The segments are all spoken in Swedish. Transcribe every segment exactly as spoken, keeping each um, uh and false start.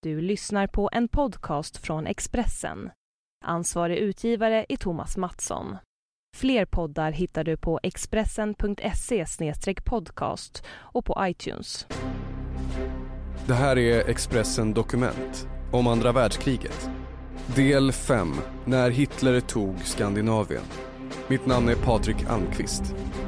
Du lyssnar på en podcast från Expressen. Ansvarig utgivare är Thomas Mattsson. Fler poddar hittar du på expressen punkt se slash podcast och på iTunes. Det här är Expressen Dokument om andra världskriget. Del fem. När Hitler tog Skandinavien. Mitt namn är Patrik Almqvist.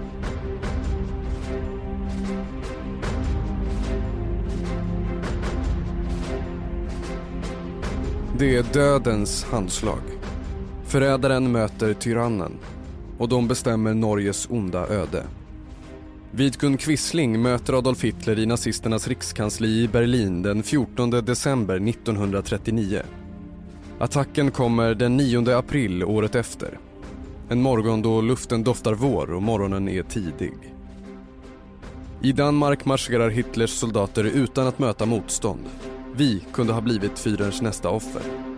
Det är dödens handslag. Förrädaren möter tyrannen och de bestämmer Norges onda öde. Vidkun Quisling möter Adolf Hitler i nazisternas rikskansli i Berlin den fjortonde december nittonhundratrettionio. Attacken kommer den nionde april året efter. En morgon då luften doftar vår och morgonen är tidig. I Danmark marscherar Hitlers soldater utan att möta motstånd. Vi kunde ha blivit Führers nästa offer.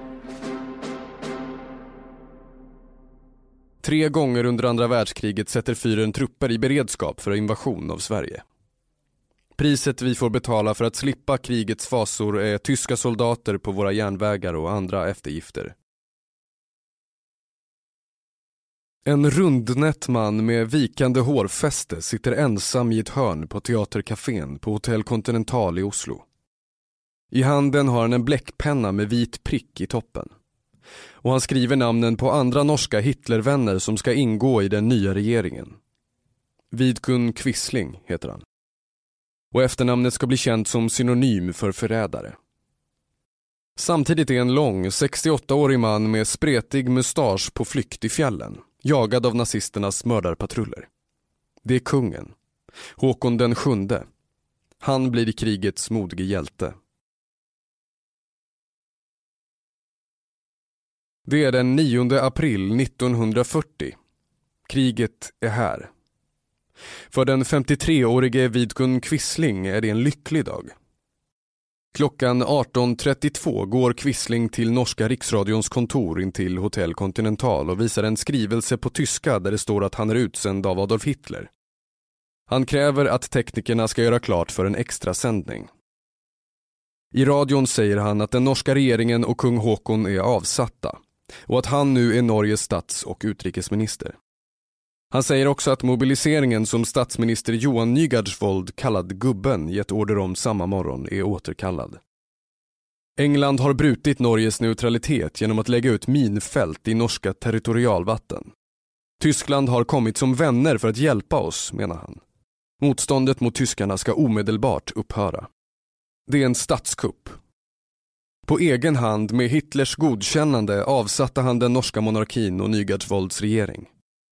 Tre gånger under andra världskriget sätter Führern trupper i beredskap för invasion av Sverige. Priset vi får betala för att slippa krigets fasor är tyska soldater på våra järnvägar och andra eftergifter. En rundnätt man med vikande hårfäste sitter ensam i ett hörn på teatercafén på Hotell Continental i Oslo. I handen har han en bläckpenna med vit prick i toppen. Och han skriver namnen på andra norska Hitlervänner som ska ingå i den nya regeringen. Vidkun Quisling heter han. Och efternamnet ska bli känt som synonym för förrädare. Samtidigt är en lång, sextioåttaårig man med spretig mustasch på flykt i fjällen, jagad av nazisternas mördarpatruller. Det är kungen, Håkon den sjunde. Han blir i krigets modige hjälte. Det är den nionde april nittonhundrafyrtio. Kriget är här. För den femtiotreårige Vidkun Quisling är det en lycklig dag. Klockan arton trettiotvå går Quisling till norska riksradions kontor in till Hotell Continental och visar en skrivelse på tyska där det står att han är utsänd av Adolf Hitler. Han kräver att teknikerna ska göra klart för en extra sändning. I radion säger han att den norska regeringen och kung Håkon är avsatta och att han nu är Norges stats- och utrikesminister. Han säger också att mobiliseringen som statsminister Johan Nygaardsvold kallad gubben gett order om samma morgon är återkallad. England har brutit Norges neutralitet genom att lägga ut minfält i norska territorialvatten. Tyskland har kommit som vänner för att hjälpa oss, menar han. Motståndet mot tyskarna ska omedelbart upphöra. Det är en statskupp. På egen hand med Hitlers godkännande avsatte han den norska monarkin och Nygaardsvolds regering.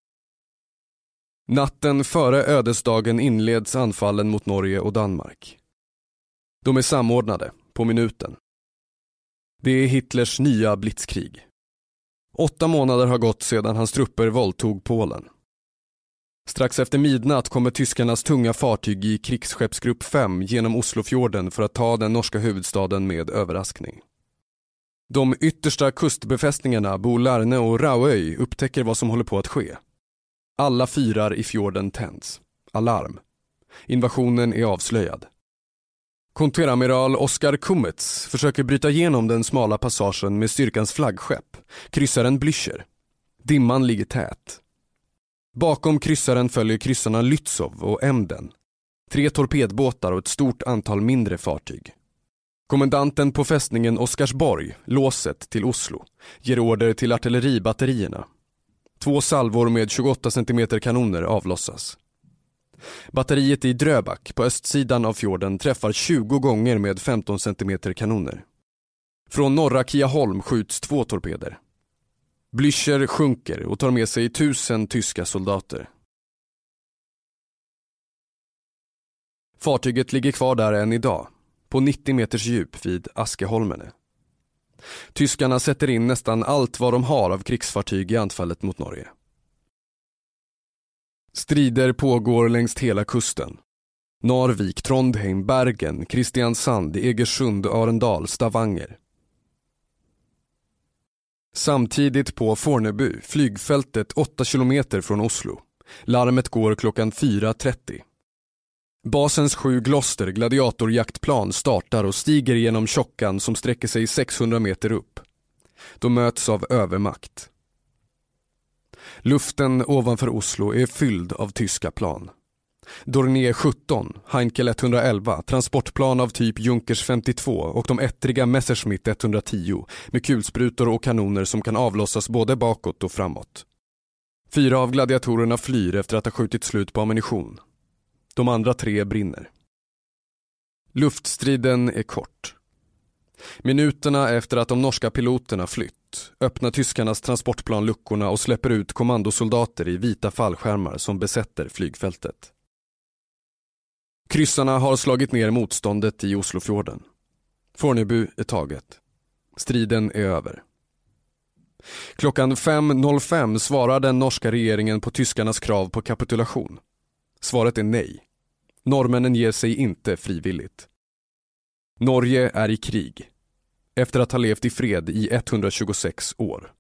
Natten före ödesdagen inleds anfallen mot Norge och Danmark. De är samordnade, på minuten. Det är Hitlers nya blitzkrig. Åtta månader har gått sedan hans trupper våldtog Polen. Strax efter midnatt kommer tyskarnas tunga fartyg i krigsskeppsgrupp fem genom Oslofjorden för att ta den norska huvudstaden med överraskning. De yttersta kustbefästningarna Bo Larne och Rauøy upptäcker vad som håller på att ske. Alla fyrar i fjorden tänds. Alarm. Invasionen är avslöjad. Konteramiral Oskar Kummetz försöker bryta igenom den smala passagen med styrkans flaggskepp, kryssaren Blücher. Dimman ligger tät. Bakom kryssaren följer kryssarna Lützow och Emden. Tre torpedbåtar och ett stort antal mindre fartyg. Kommendanten på fästningen Oscarsborg, låset till Oslo, ger order till artilleribatterierna. Två salvor med tjugoåtta centimeter kanoner avlossas. Batteriet i Dröback på östsidan av fjorden träffar tjugo gånger med femton centimeter kanoner. Från norra Kiaholm skjuts två torpeder. Blücher sjunker och tar med sig tusen tyska soldater. Fartyget ligger kvar där än idag, på nittio meters djup vid Askeholmene. Tyskarna sätter in nästan allt vad de har av krigsfartyg i anfallet mot Norge. Strider pågår längs hela kusten. Narvik, Trondheim, Bergen, Kristiansand, Egersund, Arendal, Stavanger. Samtidigt på Fornebu, flygfältet åtta kilometer från Oslo. Larmet går klockan fyra trettio. Basens sju Gloster gladiatorjaktplan startar och stiger genom tjockan som sträcker sig sexhundra meter upp. De möts av övermakt. Luften ovanför Oslo är fylld av tyska plan. Dornier sjutton, Heinkel etthundraelva, transportplan av typ Junkers femtiotvå och de ettriga Messerschmitt etthundratio med kulsprutor och kanoner som kan avlossas både bakåt och framåt. Fyra av gladiatorerna flyr efter att ha skjutit slut på ammunition. De andra tre brinner. Luftstriden är kort. Minuterna efter att de norska piloterna flytt öppnar tyskarnas transportplan luckorna och släpper ut kommandosoldater i vita fallskärmar som besätter flygfältet. Kryssarna har slagit ner motståndet i Oslofjorden. Fornebu är taget. Striden är över. Klockan fem noll fem svarar den norska regeringen på tyskarnas krav på kapitulation. Svaret är nej. Norrmännen ger sig inte frivilligt. Norge är i krig. Efter att ha levt i fred i etthundratjugosex år.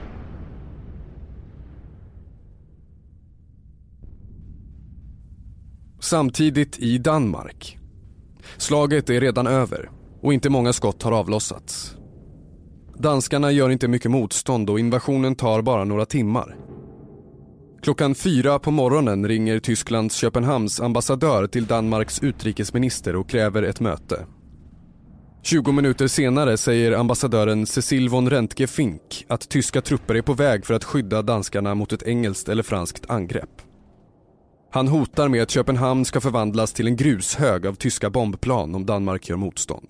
Samtidigt i Danmark. Slaget är redan över och inte många skott har avlossats. Danskarna gör inte mycket motstånd och invasionen tar bara några timmar. Klockan fyra på morgonen ringer Tysklands Köpenhamns ambassadör till Danmarks utrikesminister och kräver ett möte. tjugo minuter senare säger ambassadören Cecil von Rentke Fink att tyska trupper är på väg för att skydda danskarna mot ett engelskt eller franskt angrepp. Han hotar med att Köpenhamn ska förvandlas till en grushög av tyska bombplan om Danmark gör motstånd.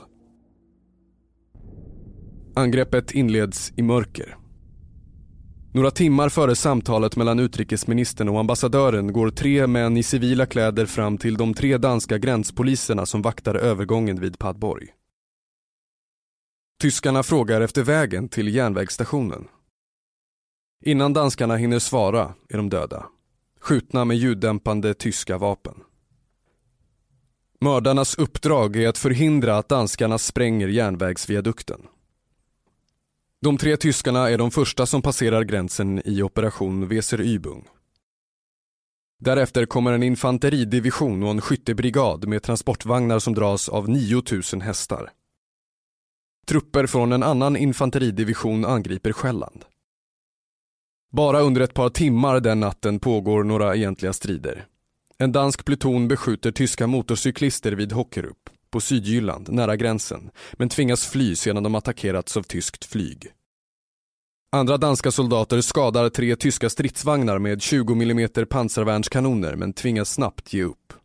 Angreppet inleds i mörker. Några timmar före samtalet mellan utrikesministern och ambassadören går tre män i civila kläder fram till de tre danska gränspoliserna som vaktar övergången vid Padborg. Tyskarna frågar efter vägen till järnvägsstationen. Innan danskarna hinner svara är de döda, skjutna med ljuddämpande tyska vapen. Mördarnas uppdrag är att förhindra att danskarna spränger järnvägsviadukten. De tre tyskarna är de första som passerar gränsen i operation Weser-Übung. Därefter kommer en infanteridivision och en skyttebrigad med transportvagnar som dras av nio tusen hästar. Trupper från en annan infanteridivision angriper Själland. Bara under ett par timmar den natten pågår några egentliga strider. En dansk pluton beskjuter tyska motorcyklister vid Håkerup på Sydjylland nära gränsen, men tvingas fly sedan de attackerats av tyskt flyg. Andra danska soldater skadar tre tyska stridsvagnar med tjugo millimeter pansarvärnskanoner men tvingas snabbt ge upp.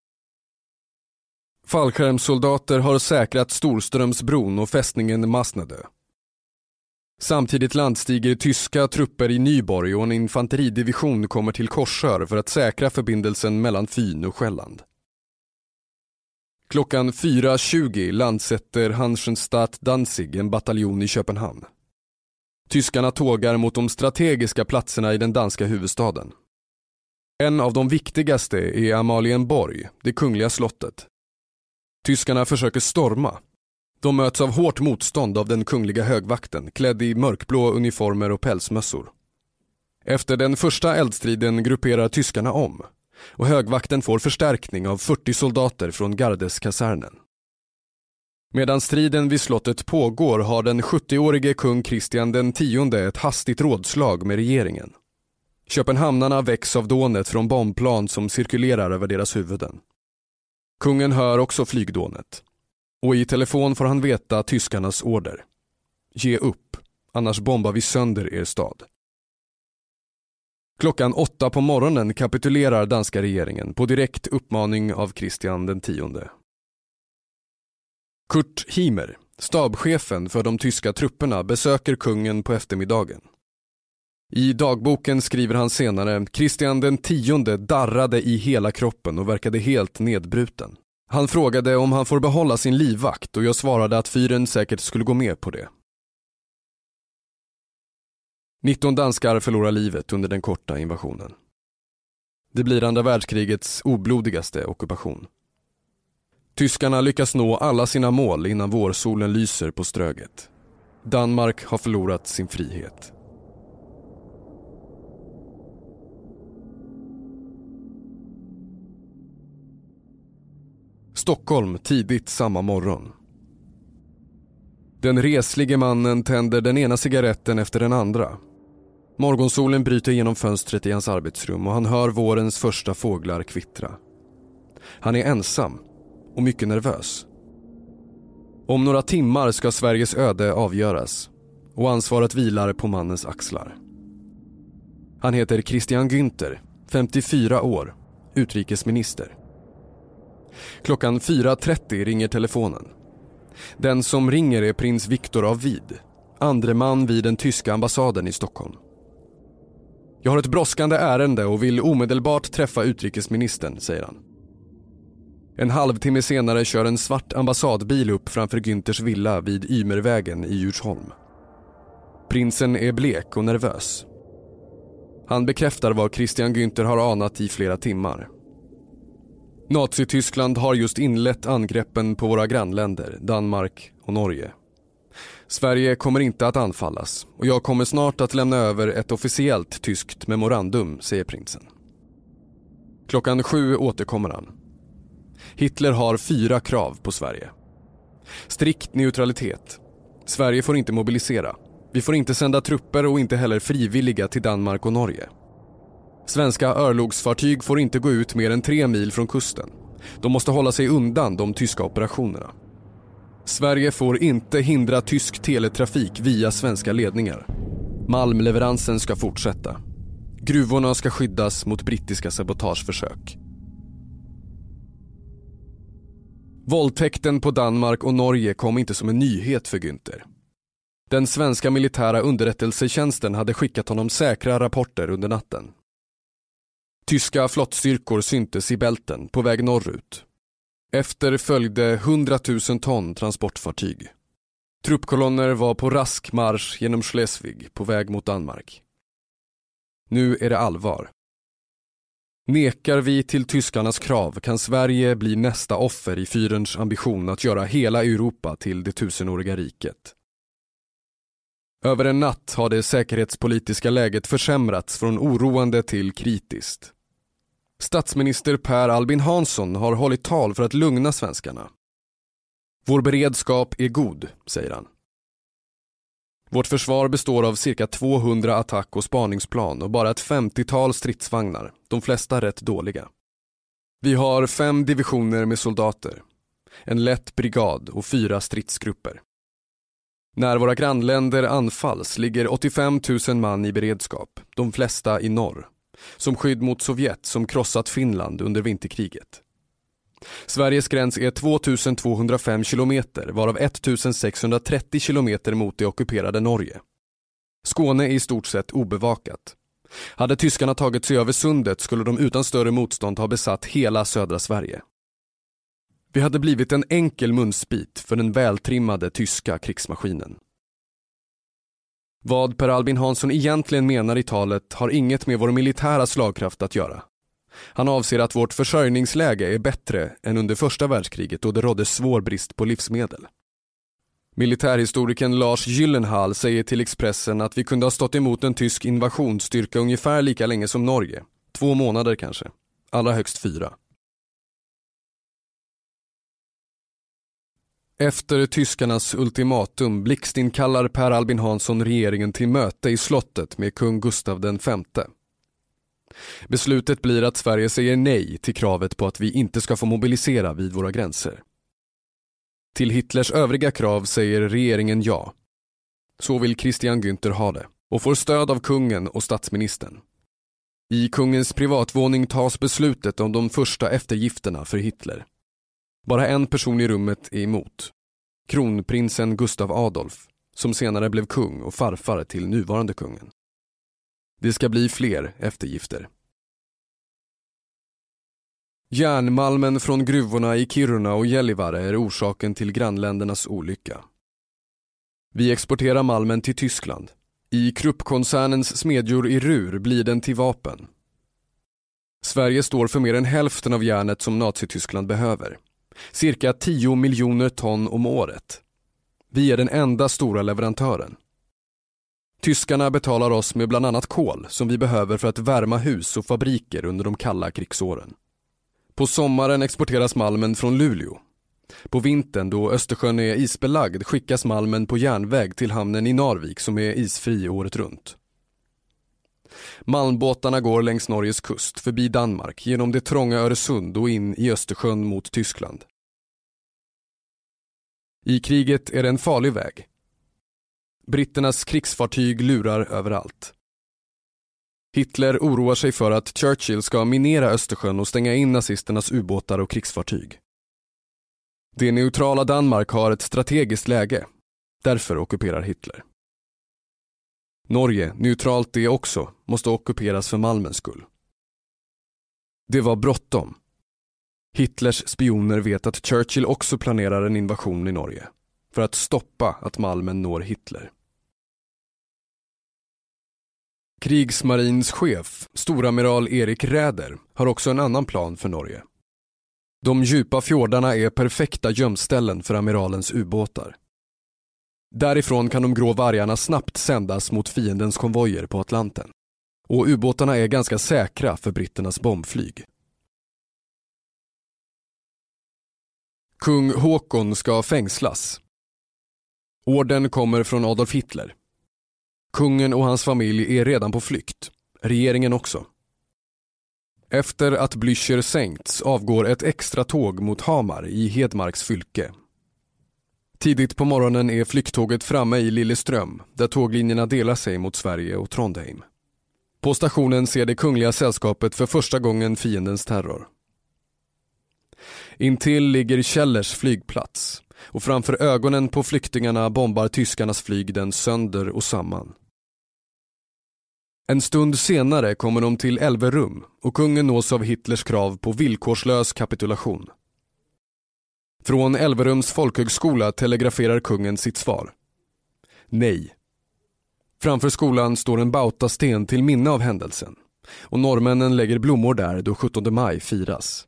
Fallskärmssoldater har säkrat Storströmsbron och fästningen Masnedö. Samtidigt landstiger tyska trupper i Nyborg och en infanteridivision kommer till Korsör för att säkra förbindelsen mellan Fyn och Själland. Klockan fyra tjugo landsätter Hansenstadt Danzig en bataljon i Köpenhamn. Tyskarna tågar mot de strategiska platserna i den danska huvudstaden. En av de viktigaste är Amalienborg, det kungliga slottet. Tyskarna försöker storma. De möts av hårt motstånd av den kungliga högvakten, klädd i mörkblå uniformer och pälsmössor. Efter den första eldstriden grupperar tyskarna om, och högvakten får förstärkning av fyrtio soldater från gardeskasernen. Medan striden vid slottet pågår har den sjuttioårige kung Kristian den tionde ett hastigt rådslag med regeringen. Köpenhamnarna väcks av dånet från bombplan som cirkulerar över deras huvuden. Kungen hör också flygdånet. Och i telefon får han veta tyskarnas order. Ge upp, annars bombar vi sönder er stad. Klockan åtta på morgonen kapitulerar danska regeringen på direkt uppmaning av Kristian den tionde. Kurt Himer, stabschefen för de tyska trupperna, besöker kungen på eftermiddagen. I dagboken skriver han senare: Kristian den tionde darrade i hela kroppen och verkade helt nedbruten. Han frågade om han får behålla sin livvakt och jag svarade att fyren säkert skulle gå med på det. nitton danskar förlorar livet under den korta invasionen. Det blir andra världskrigets oblodigaste ockupation. Tyskarna lyckas nå alla sina mål innan vårsolen lyser på Ströget. Danmark har förlorat sin frihet. Stockholm tidigt samma morgon. Den reslige mannen tänder den ena cigaretten efter den andra. Morgonsolen bryter genom fönstret i hans arbetsrum och han hör vårens första fåglar kvittra. Han är ensam och mycket nervös. Om några timmar ska Sveriges öde avgöras och ansvaret vilar på mannens axlar. Han heter Christian Günther, femtiofyra år, utrikesminister. Klockan fyra trettio ringer telefonen. Den som ringer är prins Viktor av Vid, andre man vid den tyska ambassaden i Stockholm. Jag har ett brådskande ärende och vill omedelbart träffa utrikesministern, säger han. En halvtimme senare kör en svart ambassadbil upp framför Günthers villa vid Ymervägen i Djursholm. Prinsen är blek och nervös. Han bekräftar vad Christian Günther har anat i flera timmar. Nazityskland har just inlett angreppen på våra grannländer, Danmark och Norge. Sverige kommer inte att anfallas och jag kommer snart att lämna över ett officiellt tyskt memorandum, säger prinsen. Klockan sju återkommer han. Hitler har fyra krav på Sverige. Strikt neutralitet. Sverige får inte mobilisera. Vi får inte sända trupper och inte heller frivilliga till Danmark och Norge. Svenska örlogsfartyg får inte gå ut mer än tre mil från kusten. De måste hålla sig undan de tyska operationerna. Sverige får inte hindra tysk teletrafik via svenska ledningar. Malmleveransen ska fortsätta. Gruvorna ska skyddas mot brittiska sabotageförsök. Våldtäkten på Danmark och Norge kom inte som en nyhet för Günther. Den svenska militära underrättelsetjänsten hade skickat honom säkra rapporter under natten. Tyska flottstyrkor syntes i Bälten på väg norrut. Efter följde hundratusen ton transportfartyg. Truppkolonner var på rask marsch genom Schleswig på väg mot Danmark. Nu är det allvar. Nekar vi till tyskarnas krav kan Sverige bli nästa offer i Führerns ambition att göra hela Europa till det tusenåriga riket. Över en natt har det säkerhetspolitiska läget försämrats från oroande till kritiskt. Statsminister Per Albin Hansson har hållit tal för att lugna svenskarna. Vår beredskap är god, säger han. Vårt försvar består av cirka tvåhundra attack- och spaningsplan och bara ett femtiotal stridsvagnar, de flesta rätt dåliga. Vi har fem divisioner med soldater, en lätt brigad och fyra stridsgrupper. När våra grannländer anfalls ligger åttiofem tusen man i beredskap, de flesta i norr, som skydd mot Sovjet som krossat Finland under vinterkriget. Sveriges gräns är tvåtusentvåhundrafem kilometer, varav ettusensexhundratrettio kilometer mot det ockuperade Norge. Skåne är i stort sett obevakat. Hade tyskarna tagit sig över sundet skulle de utan större motstånd ha besatt hela södra Sverige. Vi hade blivit en enkel munsbit för den vältrimmade tyska krigsmaskinen. Vad Per Albin Hansson egentligen menar i talet har inget med vår militära slagkraft att göra. Han avser att vårt försörjningsläge är bättre än under första världskriget då det rådde svår brist på livsmedel. Militärhistorikern Lars Gyllenhaal säger till Expressen att vi kunde ha stått emot en tysk invasionsstyrka ungefär lika länge som Norge. Två månader kanske. Allra högst fyra. Efter tyskarnas ultimatum blixtinkallar Per Albin Hansson regeringen till möte i slottet med kung Gustav den femte. Beslutet blir att Sverige säger nej till kravet på att vi inte ska få mobilisera vid våra gränser. Till Hitlers övriga krav säger regeringen ja. Så vill Christian Günther ha det och får stöd av kungen och statsministern. I kungens privatvåning tas beslutet om de första eftergifterna för Hitler. Bara en person i rummet är emot. Kronprinsen Gustav Adolf, som senare blev kung och farfar till nuvarande kungen. Det ska bli fler eftergifter. Järnmalmen från gruvorna i Kiruna och Gällivare är orsaken till grannländernas olycka. Vi exporterar malmen till Tyskland. I Krupp-koncernens smedjor i Ruhr blir den till vapen. Sverige står för mer än hälften av järnet som Nazityskland behöver. Cirka tio miljoner ton om året. Vi är den enda stora leverantören. Tyskarna betalar oss med bland annat kol som vi behöver för att värma hus och fabriker under de kalla krigsåren. På sommaren exporteras malmen från Luleå. På vintern, då Östersjön är isbelagd, skickas malmen på järnväg till hamnen i Narvik som är isfri året runt. Malmbåtarna går längs Norges kust, förbi Danmark, genom det trånga Öresund och in i Östersjön mot Tyskland. I kriget är det en farlig väg. Britternas krigsfartyg lurar överallt. Hitler oroar sig för att Churchill ska minera Östersjön och stänga in nazisternas ubåtar och krigsfartyg. Det neutrala Danmark har ett strategiskt läge. Därför ockuperar Hitler. Norge, neutralt det också, måste ockuperas för Malmens skull. Det var bråttom. Hitlers spioner vet att Churchill också planerar en invasion i Norge för att stoppa att Malmen når Hitler. Krigsmarinschef, storamiral Erik Räder, har också en annan plan för Norge. De djupa fjordarna är perfekta gömställen för amiralens ubåtar. Därifrån kan de grå vargarna snabbt sändas mot fiendens konvojer på Atlanten. Och ubåtarna är ganska säkra för britternas bombflyg. Kung Håkon ska fängslas. Orden kommer från Adolf Hitler. Kungen och hans familj är redan på flykt. Regeringen också. Efter att Blücher sänkts avgår ett extra tåg mot Hamar i Hedmarks fylke. Tidigt på morgonen är flykttåget framme i Lilleström, där tåglinjerna delar sig mot Sverige och Trondheim. På stationen ser det kungliga sällskapet för första gången fiendens terror. Intill ligger Kjellers flygplats, och framför ögonen på flyktingarna bombar tyskarnas flyg den sönder och samman. En stund senare kommer de till Elverum och kungen nås av Hitlers krav på villkorslös kapitulation. Från Elverums folkhögskola telegraferar kungen sitt svar. Nej. Framför skolan står en bautasten till minne av händelsen och norrmännen lägger blommor där då sjuttonde maj firas.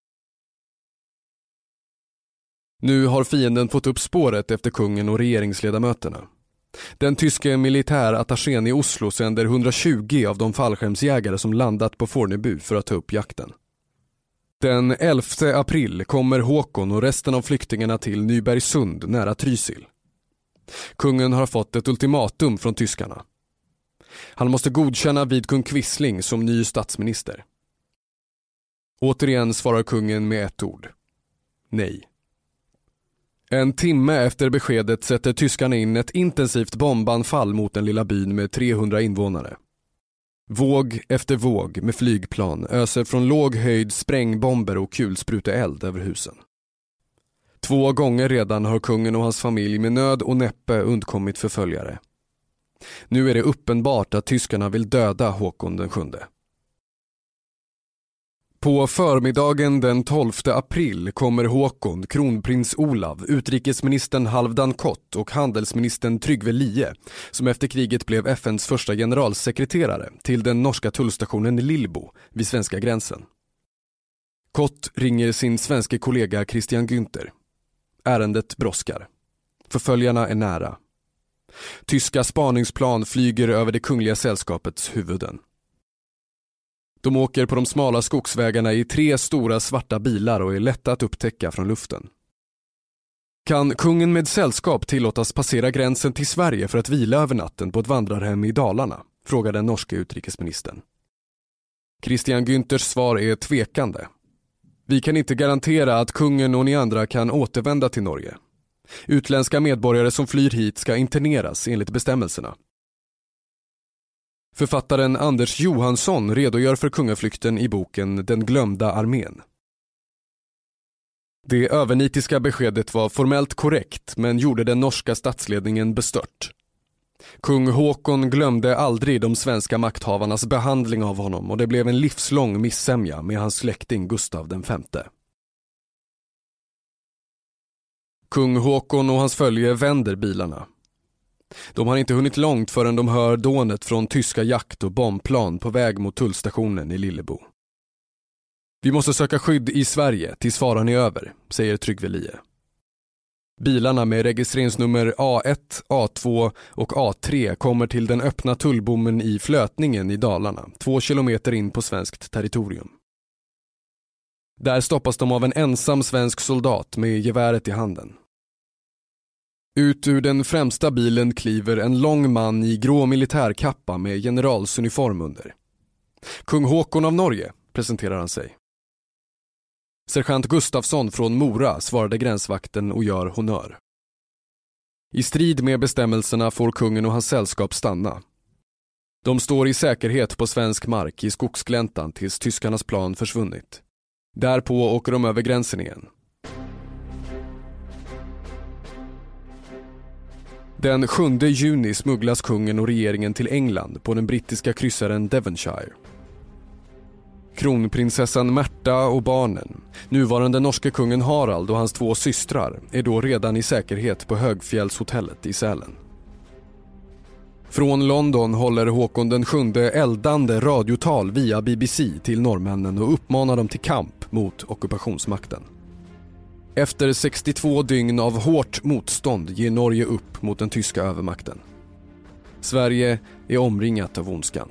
Nu har fienden fått upp spåret efter kungen och regeringsledamöterna. Den tyske militärattachén i Oslo sänder hundratjugo av de fallskärmsjägare som landat på Fornebu för att ta upp jakten. Den elfte april kommer Håkon och resten av flyktingarna till Nybergsund nära Trysil. Kungen har fått ett ultimatum från tyskarna. Han måste godkänna Vidkun Quisling som ny statsminister. Återigen svarar kungen med ett ord. Nej. En timme efter beskedet sätter tyskarna in ett intensivt bombanfall mot den lilla byn med trehundra invånare. Våg efter våg med flygplan öser från låg höjd sprängbomber och kulspruteeld över husen. Två gånger redan har kungen och hans familj med nöd och näppe undkommit förföljare. Nu är det uppenbart att tyskarna vill döda Håkon den sjunde. På förmiddagen den tolfte april kommer Håkon, kronprins Olav, utrikesministern Halvdan Kott och handelsministern Trygve Lie, som efter kriget blev F N:s första generalsekreterare, till den norska tullstationen Lillbo vid svenska gränsen. Kott ringer sin svenska kollega Christian Günther. Ärendet brådskar. Förföljarna är nära. Tyska spaningsplan flyger över det kungliga sällskapets huvuden. De åker på de smala skogsvägarna i tre stora svarta bilar och är lätta att upptäcka från luften. Kan kungen med sällskap tillåtas passera gränsen till Sverige för att vila över natten på ett vandrarhem i Dalarna? Frågar den norska utrikesministern. Christian Günthers svar är tvekande. Vi kan inte garantera att kungen och ni andra kan återvända till Norge. Utländska medborgare som flyr hit ska interneras enligt bestämmelserna. Författaren Anders Johansson redogör för kungaflykten i boken Den glömda armén. Det övernitiska beskedet var formellt korrekt men gjorde den norska statsledningen bestört. Kung Håkon glömde aldrig de svenska makthavarnas behandling av honom och det blev en livslång missämja med hans släkting Gustav den femte. Kung Håkon och hans följe vänder bilarna. De har inte hunnit långt förrän de hör dånet från tyska jakt- och bombplan på väg mot tullstationen i Lillebo. Vi måste söka skydd i Sverige tills faran är över, säger Trygve Lie. Bilarna med registreringsnummer A ett, A två och A tre kommer till den öppna tullbommen i Flötningen i Dalarna, två kilometer in på svenskt territorium. Där stoppas de av en ensam svensk soldat med geväret i handen. Ut ur den främsta bilen kliver en lång man i grå militärkappa med generalsuniform under. Kung Håkon av Norge, presenterar han sig. Sergeant Gustafsson från Mora, svarade gränsvakten och gör honör. I strid med bestämmelserna får kungen och hans sällskap stanna. De står i säkerhet på svensk mark i skogsgläntan tills tyskarnas plan försvunnit. Därpå åker de över gränsen igen. Den sjunde juni smugglas kungen och regeringen till England på den brittiska kryssaren Devonshire. Kronprinsessan Märta och barnen, nuvarande norske kungen Harald och hans två systrar, är då redan i säkerhet på Högfjällshotellet i Sälen. Från London håller Håkon den sjunde eldande radiotal via B B C till norrmännen och uppmanar dem till kamp mot ockupationsmakten. Efter sextiotvå dygn av hårt motstånd ger Norge upp mot den tyska övermakten. Sverige är omringat av ondskan.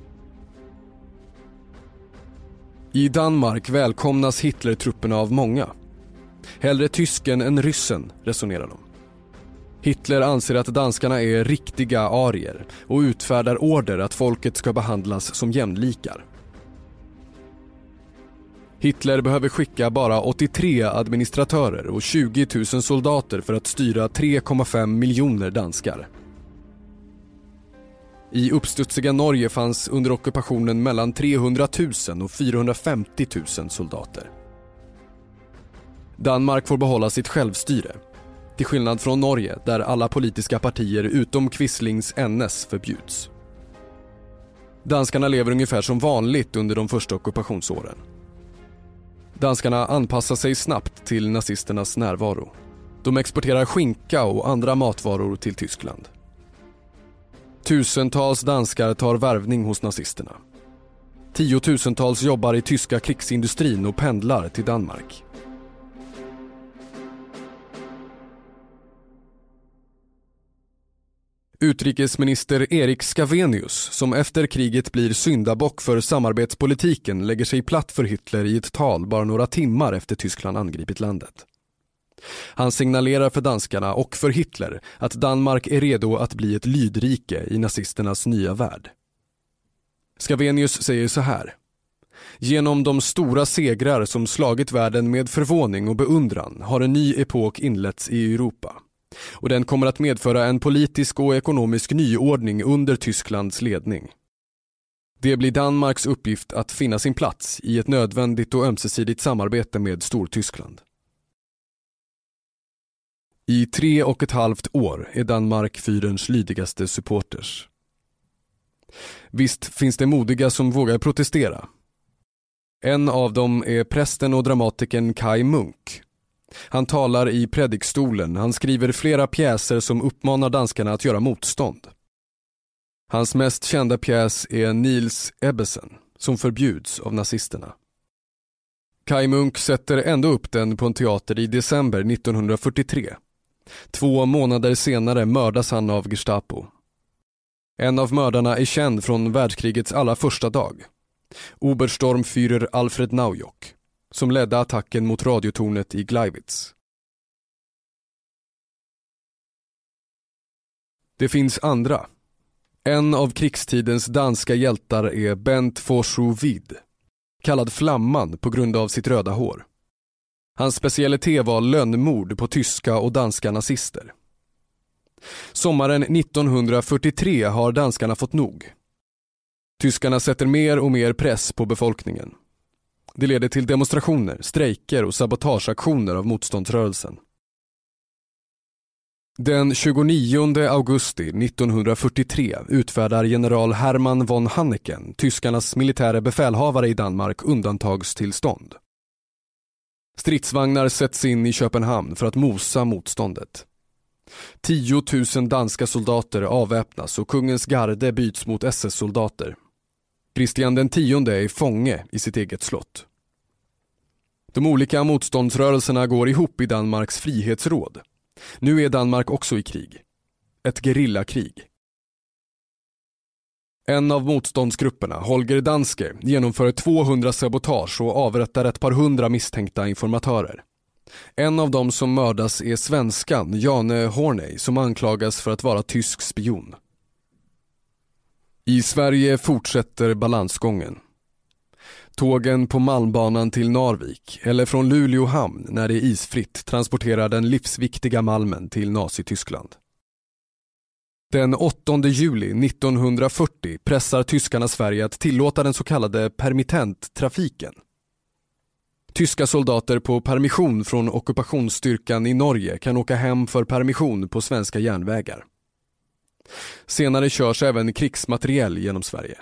I Danmark välkomnas Hitlertrupperna av många. Hellre tysken än ryssen, resonerar de. Hitler anser att danskarna är riktiga arier och utfärdar order att folket ska behandlas som jämlikar. Hitler behöver skicka bara åttiotre administratörer och tjugo tusen soldater för att styra tre komma fem miljoner danskar. I uppstudsiga Norge fanns under ockupationen mellan trehundratusen och fyrahundrafemtio tusen soldater. Danmark får behålla sitt självstyre, till skillnad från Norge där alla politiska partier utom Quislings N S förbjuds. Danskarna lever ungefär som vanligt under de första ockupationsåren. Danskarna anpassar sig snabbt till nazisternas närvaro. De exporterar skinka och andra matvaror till Tyskland. Tusentals danskar tar värvning hos nazisterna. Tiotusentals jobbar i tyska krigsindustrin och pendlar till Danmark. Utrikesminister Erik Scavenius, som efter kriget blir syndabock för samarbetspolitiken, lägger sig platt för Hitler i ett tal bara några timmar efter Tyskland angripit landet. Han signalerar för danskarna och för Hitler att Danmark är redo att bli ett lydrike i nazisternas nya värld. Scavenius säger så här: genom de stora segrar som slagit världen med förvåning och beundran har en ny epok inletts i Europa. Och den kommer att medföra en politisk och ekonomisk nyordning under Tysklands ledning. Det blir Danmarks uppgift att finna sin plats i ett nödvändigt och ömsesidigt samarbete med Stortyskland. I tre och ett halvt år är Danmark fyrens lydigaste supporters. Visst finns det modiga som vågar protestera. En av dem är prästen och dramatikern Kai Munk. Han talar i predikstolen, han skriver flera pjäser som uppmanar danskarna att göra motstånd. Hans mest kända pjäs är Niels Ebbesen, som förbjuds av nazisterna. Kai Munk sätter ändå upp den på en teater i december nittonhundrafyrtiotre. Två månader senare mördas han av Gestapo. En av mördarna är känd från världskrigets allra första dag. Obersturmführer Alfred Naujock, som ledde attacken mot radiotornet i Gleiwitz. Det finns andra. En av krigstidens danska hjältar är Bent Forsrovid, kallad Flamman på grund av sitt röda hår. Hans specialitet var lönnmord på tyska och danska nazister. Sommaren nittonhundrafyrtiotre har danskarna fått nog. Tyskarna sätter mer och mer press på befolkningen. Det leder till demonstrationer, strejker och sabotageaktioner av motståndsrörelsen. Den tjugonionde augusti nittonhundrafyrtiotre utfärdar general Hermann von Hanneken, tyskarnas militära befälhavare i Danmark, undantagstillstånd. Stridsvagnar sätts in i Köpenhamn för att mosa motståndet. tiotusen danska soldater avväpnas och kungens garde byts mot S S-soldater. Kristian den tionde är fånge i sitt eget slott. De olika motståndsrörelserna går ihop i Danmarks frihetsråd. Nu är Danmark också i krig. Ett gerillakrig. En av motståndsgrupperna, Holger Danske, genomför tvåhundra sabotage och avrättar ett par hundra misstänkta informatörer. En av dem som mördas är svenskan Jane Horney, som anklagas för att vara tysk spion. I Sverige fortsätter balansgången. Tågen på Malmbanan till Narvik eller från Luleå hamn när det är isfritt transporterar den livsviktiga malmen till Nazityskland. Den åttonde juli nittonhundrafyrtio pressar tyskarna Sverige att tillåta den så kallade permittenttrafiken. Tyska soldater på permission från ockupationsstyrkan i Norge kan åka hem för permission på svenska järnvägar. Senare körs även krigsmateriel genom Sverige.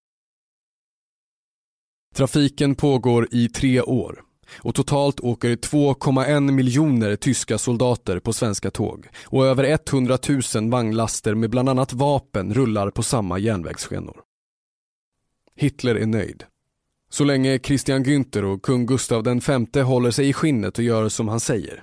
Trafiken pågår i tre år och totalt åker två komma en miljoner tyska soldater på svenska tåg och över hundratusen vagnlaster med bland annat vapen rullar på samma järnvägsskenor. Hitler är nöjd. Så länge Christian Günther och kung Gustav den femte håller sig i skinnet och gör som han säger.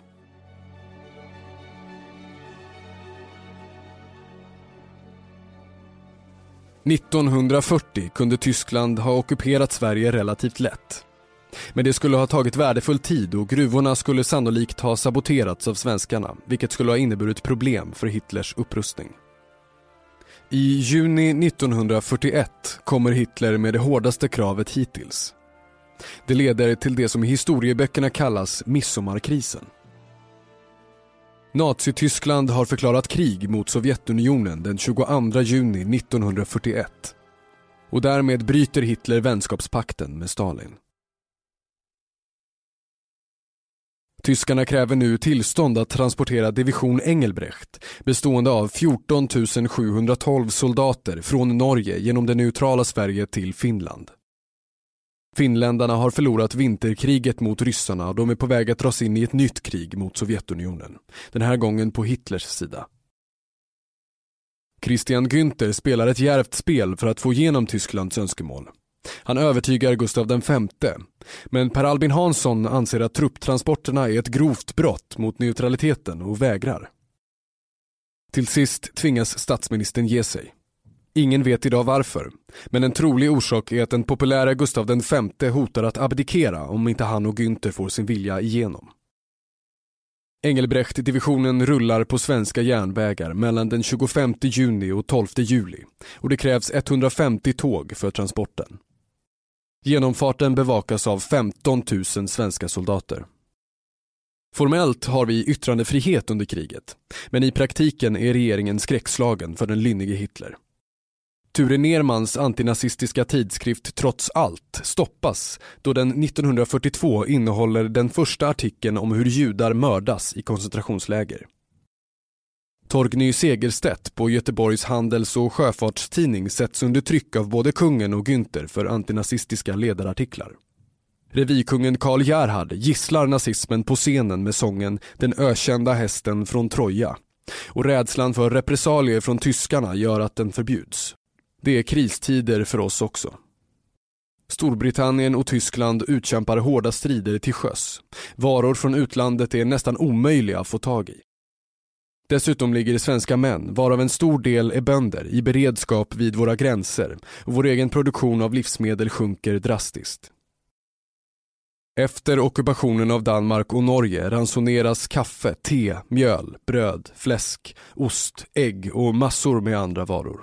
nittonhundrafyrtio kunde Tyskland ha ockuperat Sverige relativt lätt. Men det skulle ha tagit värdefull tid och gruvorna skulle sannolikt ha saboterats av svenskarna, vilket skulle ha inneburit problem för Hitlers upprustning. I juni nittonhundrafyrtioett kommer Hitler med det hårdaste kravet hittills. Det leder till det som i historieböckerna kallas midsommarkrisen. Nazityskland har förklarat krig mot Sovjetunionen den tjugoandra juni nittonhundrafyrtioett och därmed bryter Hitler vänskapspakten med Stalin. Tyskarna kräver nu tillstånd att transportera division Engelbrecht bestående av fjorton tusen sjuhundratolv soldater från Norge genom det neutrala Sverige till Finland. Finländarna har förlorat vinterkriget mot ryssarna och de är på väg att dras in i ett nytt krig mot Sovjetunionen, den här gången på Hitlers sida. Christian Günther spelar ett djärvt spel för att få igenom Tysklands önskemål. Han övertygar Gustav den femte, men Per Albin Hansson anser att trupptransporterna är ett grovt brott mot neutraliteten och vägrar. Till sist tvingas statsministern ge sig. Ingen vet idag varför, men en trolig orsak är att den populära Gustav den femte hotar att abdikera om inte han och Günther får sin vilja igenom. Engelbrecht-divisionen rullar på svenska järnvägar mellan den tjugofemte juni och tolfte juli och det krävs etthundrafemtio tåg för transporten. Genomfarten bevakas av femton tusen svenska soldater. Formellt har vi yttrandefrihet under kriget, men i praktiken är regeringen skräckslagen för den lynnige Hitler. Ture Nermans antinazistiska tidskrift Trots allt stoppas då den nittonhundrafyrtiotvå innehåller den första artikeln om hur judar mördas i koncentrationsläger. Torgny Segerstedt på Göteborgs handels- och sjöfartstidning sätts under tryck av både kungen och Günther för antinazistiska ledarartiklar. Revykungen Karl Gerhard gisslar nazismen på scenen med sången Den ökända hästen från Troja och rädslan för repressalier från tyskarna gör att den förbjuds. Det är kristider för oss också. Storbritannien och Tyskland utkämpar hårda strider till sjöss. Varor från utlandet är nästan omöjliga att få tag i. Dessutom ligger svenska män, varav en stor del är bönder, i beredskap vid våra gränser och vår egen produktion av livsmedel sjunker drastiskt. Efter ockupationen av Danmark och Norge ransoneras kaffe, te, mjöl, bröd, fläsk, ost, ägg och massor med andra varor.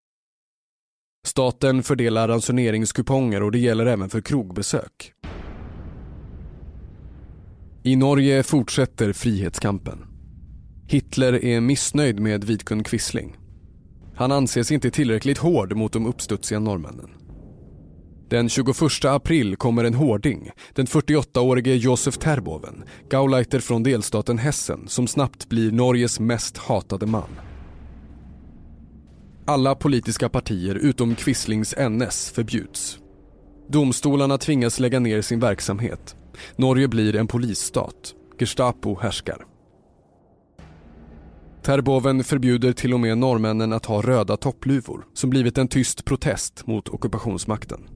Staten fördelar ransoneringskuponger och det gäller även för krogbesök. I Norge fortsätter frihetskampen. Hitler är missnöjd med Vidkun Quisling. Han anses inte tillräckligt hård mot de uppstudsiga norrmännen. Den tjugoförsta april kommer en hårding, den fyrtioåttaårige Josef Terboven, gauleiter från delstaten Hessen, som snabbt blir Norges mest hatade man. Alla politiska partier utom Quislings N S förbjuds. Domstolarna tvingas lägga ner sin verksamhet. Norge blir en polisstat. Gestapo härskar. Terboven förbjuder till och med norrmännen att ha röda toppluvor, som blivit en tyst protest mot ockupationsmakten.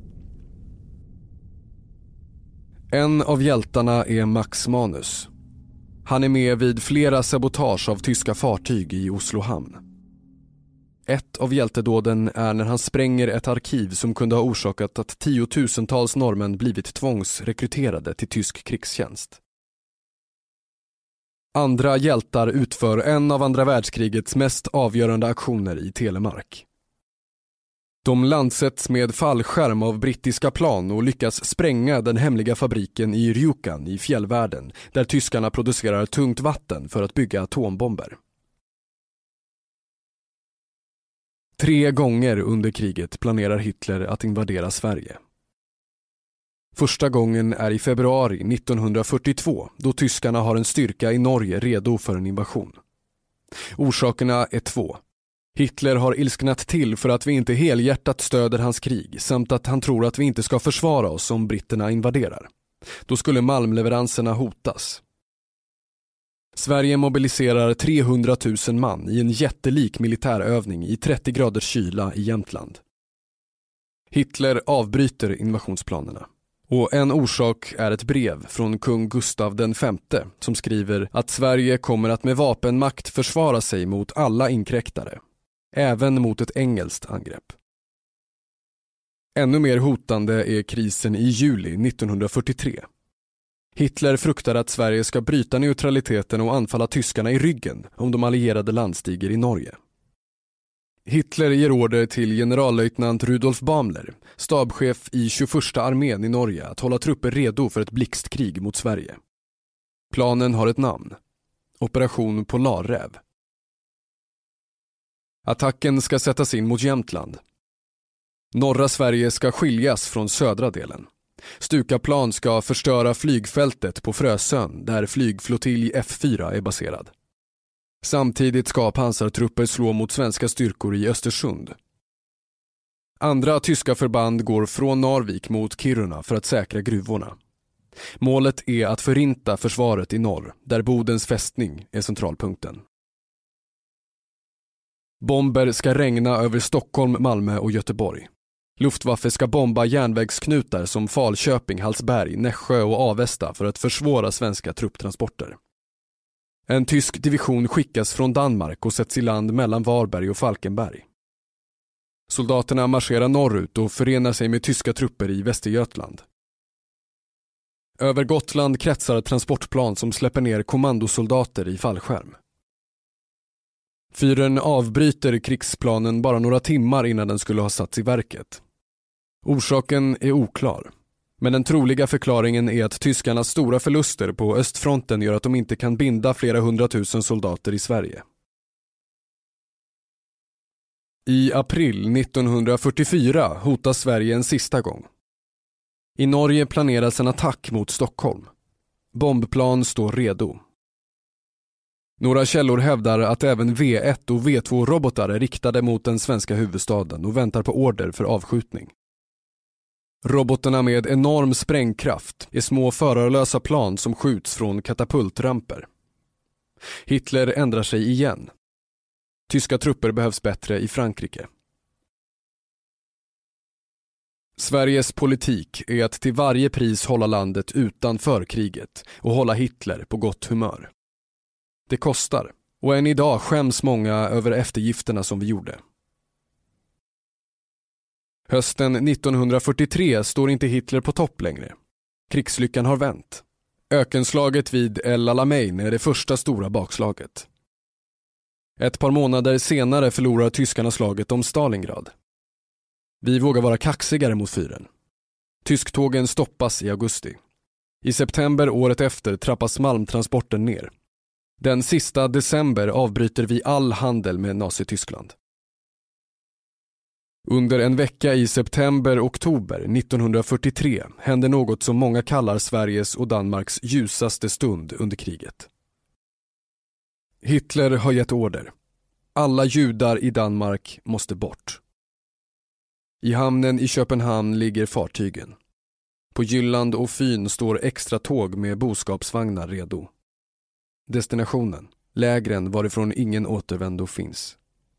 En av hjältarna är Max Manus. Han är med vid flera sabotage av tyska fartyg i Oslo hamn. Ett av hjältedåden är när han spränger ett arkiv som kunde ha orsakat att tiotusentals norrmän blivit tvångsrekryterade till tysk krigstjänst. Andra hjältar utför en av andra världskrigets mest avgörande aktioner i Telemark. De landsätts med fallskärm av brittiska plan och lyckas spränga den hemliga fabriken i Rjukan i fjällvärlden där tyskarna producerar tungt vatten för att bygga atombomber. Tre gånger under kriget planerar Hitler att invadera Sverige. Första gången är i februari nittonhundrafyrtiotvå då tyskarna har en styrka i Norge redo för en invasion. Orsakerna är två. Hitler har ilsknat till för att vi inte helhjärtat stöder hans krig samt att han tror att vi inte ska försvara oss om britterna invaderar. Då skulle malmleveranserna hotas. Sverige mobiliserar trehundratusen man i en jättelik militärövning i trettio graders kyla i Jämtland. Hitler avbryter invasionsplanerna. Och en orsak är ett brev från kung Gustav den femte som skriver att Sverige kommer att med vapenmakt försvara sig mot alla inkräktare, även mot ett engelskt angrepp. Ännu mer hotande är krisen i juli nittonhundrafyrtiotre. Hitler fruktar att Sverige ska bryta neutraliteten och anfalla tyskarna i ryggen om de allierade landstiger i Norge. Hitler ger order till generallöjtnant Rudolf Bamler, stabschef i tjugoförsta armén i Norge, att hålla trupper redo för ett blixtkrig mot Sverige. Planen har ett namn: Operation Polarräv. Attacken ska sättas in mot Jämtland. Norra Sverige ska skiljas från södra delen. Stukaplan ska förstöra flygfältet på Frösön där flygflottilj F fyra är baserad. Samtidigt ska pansartrupper slå mot svenska styrkor i Östersund. Andra tyska förband går från Narvik mot Kiruna för att säkra gruvorna. Målet är att förinta försvaret i norr, där Bodens fästning är centralpunkten. Bomber ska regna över Stockholm, Malmö och Göteborg. Luftwaffe ska bomba järnvägsknutar som Falköping, Hallsberg, Nässjö och Avesta för att försvåra svenska trupptransporter. En tysk division skickas från Danmark och sätts i land mellan Varberg och Falkenberg. Soldaterna marscherar norrut och förenar sig med tyska trupper i Västergötland. Över Gotland kretsar transportplan som släpper ner kommandosoldater i fallskärm. Fyren avbryter krigsplanen bara några timmar innan den skulle ha satts i verket. Orsaken är oklar, men den troliga förklaringen är att tyskarnas stora förluster på östfronten gör att de inte kan binda flera hundratusen soldater i Sverige. I april nittonhundrafyrtiofyra hotas Sverige en sista gång. I Norge planeras en attack mot Stockholm. Bombplan står redo. Några källor hävdar att även V ett och V två-robotar är riktade mot den svenska huvudstaden och väntar på order för avskjutning. Robotarna med enorm sprängkraft är små förarlösa plan som skjuts från katapultramper. Hitler ändrar sig igen. Tyska trupper behövs bättre i Frankrike. Sveriges politik är att till varje pris hålla landet utanför kriget och hålla Hitler på gott humör. Det kostar, och än idag skäms många över eftergifterna som vi gjorde. Hösten nittonhundrafyrtiotre står inte Hitler på topp längre. Krigslyckan har vänt. Ökenslaget vid El Alamein är det första stora bakslaget. Ett par månader senare förlorar tyskarna slaget om Stalingrad. Vi vågar vara kaxigare mot fyren. Tysktågen stoppas i augusti. I september året efter trappas malmtransporten ner. Den sista december avbryter vi all handel med Nazityskland. Under en vecka i september-oktober nittonhundrafyrtiotre händer något som många kallar Sveriges och Danmarks ljusaste stund under kriget. Hitler har gett order. Alla judar i Danmark måste bort. I hamnen i Köpenhamn ligger fartygen. På Jylland och Fyn står extra tåg med boskapsvagnar redo. Destinationen, lägren varifrån ingen återvändo finns.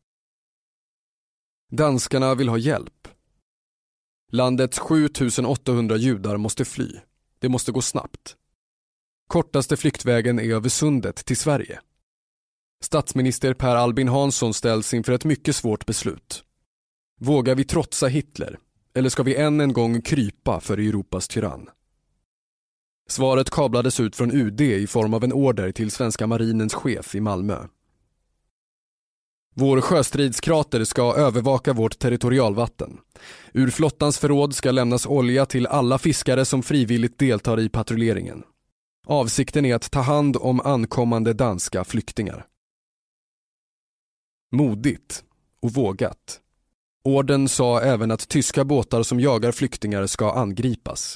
Danskarna vill ha hjälp. Landets sjutusen åttahundra judar måste fly. Det måste gå snabbt. Kortaste flyktvägen är över sundet till Sverige. Statsminister Per Albin Hansson ställs inför ett mycket svårt beslut. Vågar vi trotsa Hitler, eller ska vi än en gång krypa för Europas tyrann? Svaret kablades ut från U D i form av en order till svenska marinens chef i Malmö. Vår sjöstridskrater ska övervaka vårt territorialvatten. Ur flottans förråd ska lämnas olja till alla fiskare som frivilligt deltar i patrulleringen. Avsikten är att ta hand om ankommande danska flyktingar. Modigt och vågat. Orden sa även att tyska båtar som jagar flyktingar ska angripas.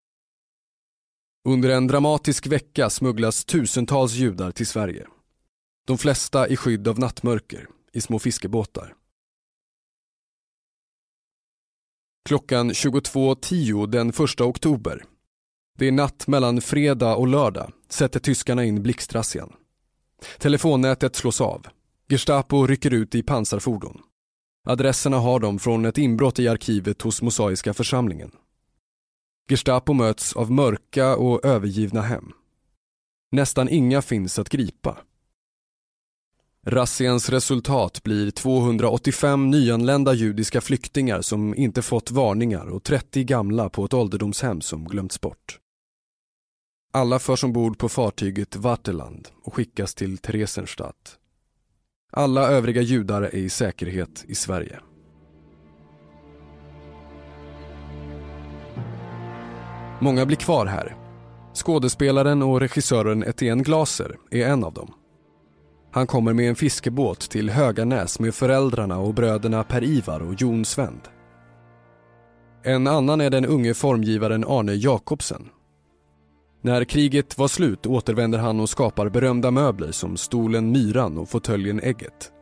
Under en dramatisk vecka smugglas tusentals judar till Sverige. De flesta i skydd av nattmörker, i små fiskebåtar. Klockan tjugotvå tio den första oktober. Det är natt mellan fredag och lördag, sätter tyskarna in blixtrazzian. Telefonnätet slås av. Gestapo rycker ut i pansarfordon. Adresserna har de från ett inbrott i arkivet hos Mosaiska församlingen. Gestapo möts av mörka och övergivna hem. Nästan inga finns att gripa. Razzians resultat blir tvåhundraåttiofem nyanlända judiska flyktingar som inte fått varningar och trettio gamla på ett ålderdomshem som glömts bort. Alla förs ombord på fartyget Vaterland och skickas till Theresienstadt. Alla övriga judar är i säkerhet i Sverige. Många blir kvar här. Skådespelaren och regissören Etienne Glaser är en av dem. Han kommer med en fiskebåt till Höganäs med föräldrarna och bröderna Per-Ivar och Jon Svend. En annan är den unge formgivaren Arne Jacobsen. När kriget var slut återvänder han och skapar berömda möbler som stolen Myran och fåtöljen Ägget.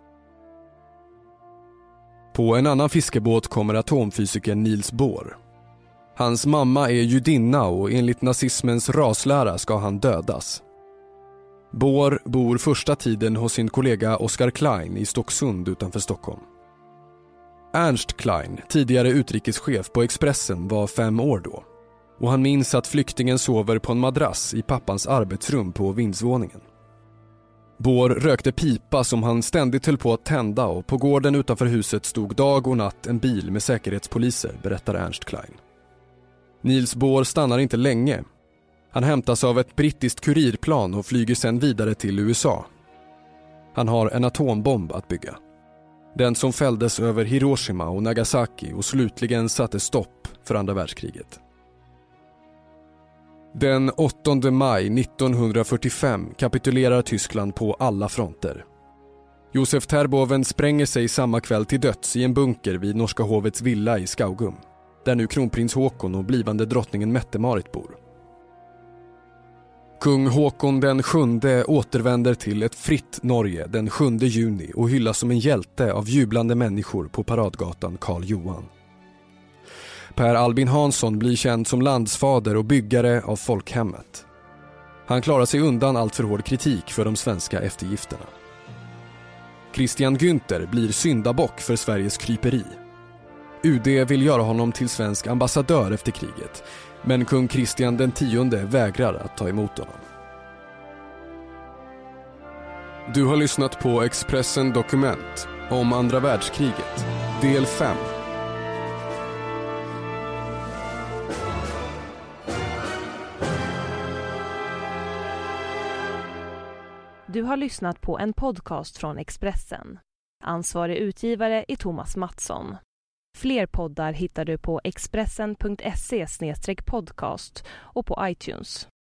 På en annan fiskebåt kommer atomfysikern Niels Bohr. Hans mamma är judinna och enligt nazismens raslära ska han dödas. Bohr bor första tiden hos sin kollega Oskar Klein i Stocksund utanför Stockholm. Ernst Klein, tidigare utrikeschef på Expressen, var fem år då. Och han minns att flyktingen sover på en madrass i pappans arbetsrum på vindsvåningen. Bohr rökte pipa som han ständigt höll på att tända och på gården utanför huset stod dag och natt en bil med säkerhetspoliser, berättar Ernst Klein. Niels Bohr stannar inte länge. Han hämtas av ett brittiskt kurirplan och flyger sedan vidare till U S A. Han har en atombomb att bygga. Den som fälldes över Hiroshima och Nagasaki och slutligen satte stopp för andra världskriget. Den åttonde maj nittonhundrafyrtiofem kapitulerar Tyskland på alla fronter. Josef Terboven spränger sig samma kväll till döds i en bunker vid Norska hovets villa i Skaugum, där nu kronprins Håkon och blivande drottningen Mette-Marit bor. Kung Håkon den sjunde återvänder till ett fritt Norge den sjunde juni och hyllas som en hjälte av jublande människor på paradgatan Karl Johan. Per Albin Hansson blir känd som landsfader och byggare av folkhemmet. Han klarar sig undan allt för hård kritik för de svenska eftergifterna. Christian Günther blir syndabock för Sveriges kryperi. U D vill göra honom till svensk ambassadör efter kriget, men kung Kristian den tionde vägrar att ta emot honom. Du har lyssnat på Expressen Dokument om andra världskriget, del fem. Du har lyssnat på en podcast från Expressen. Ansvarig utgivare är Thomas Mattsson. Fler poddar hittar du på expressen punkt se slash podcast och på iTunes.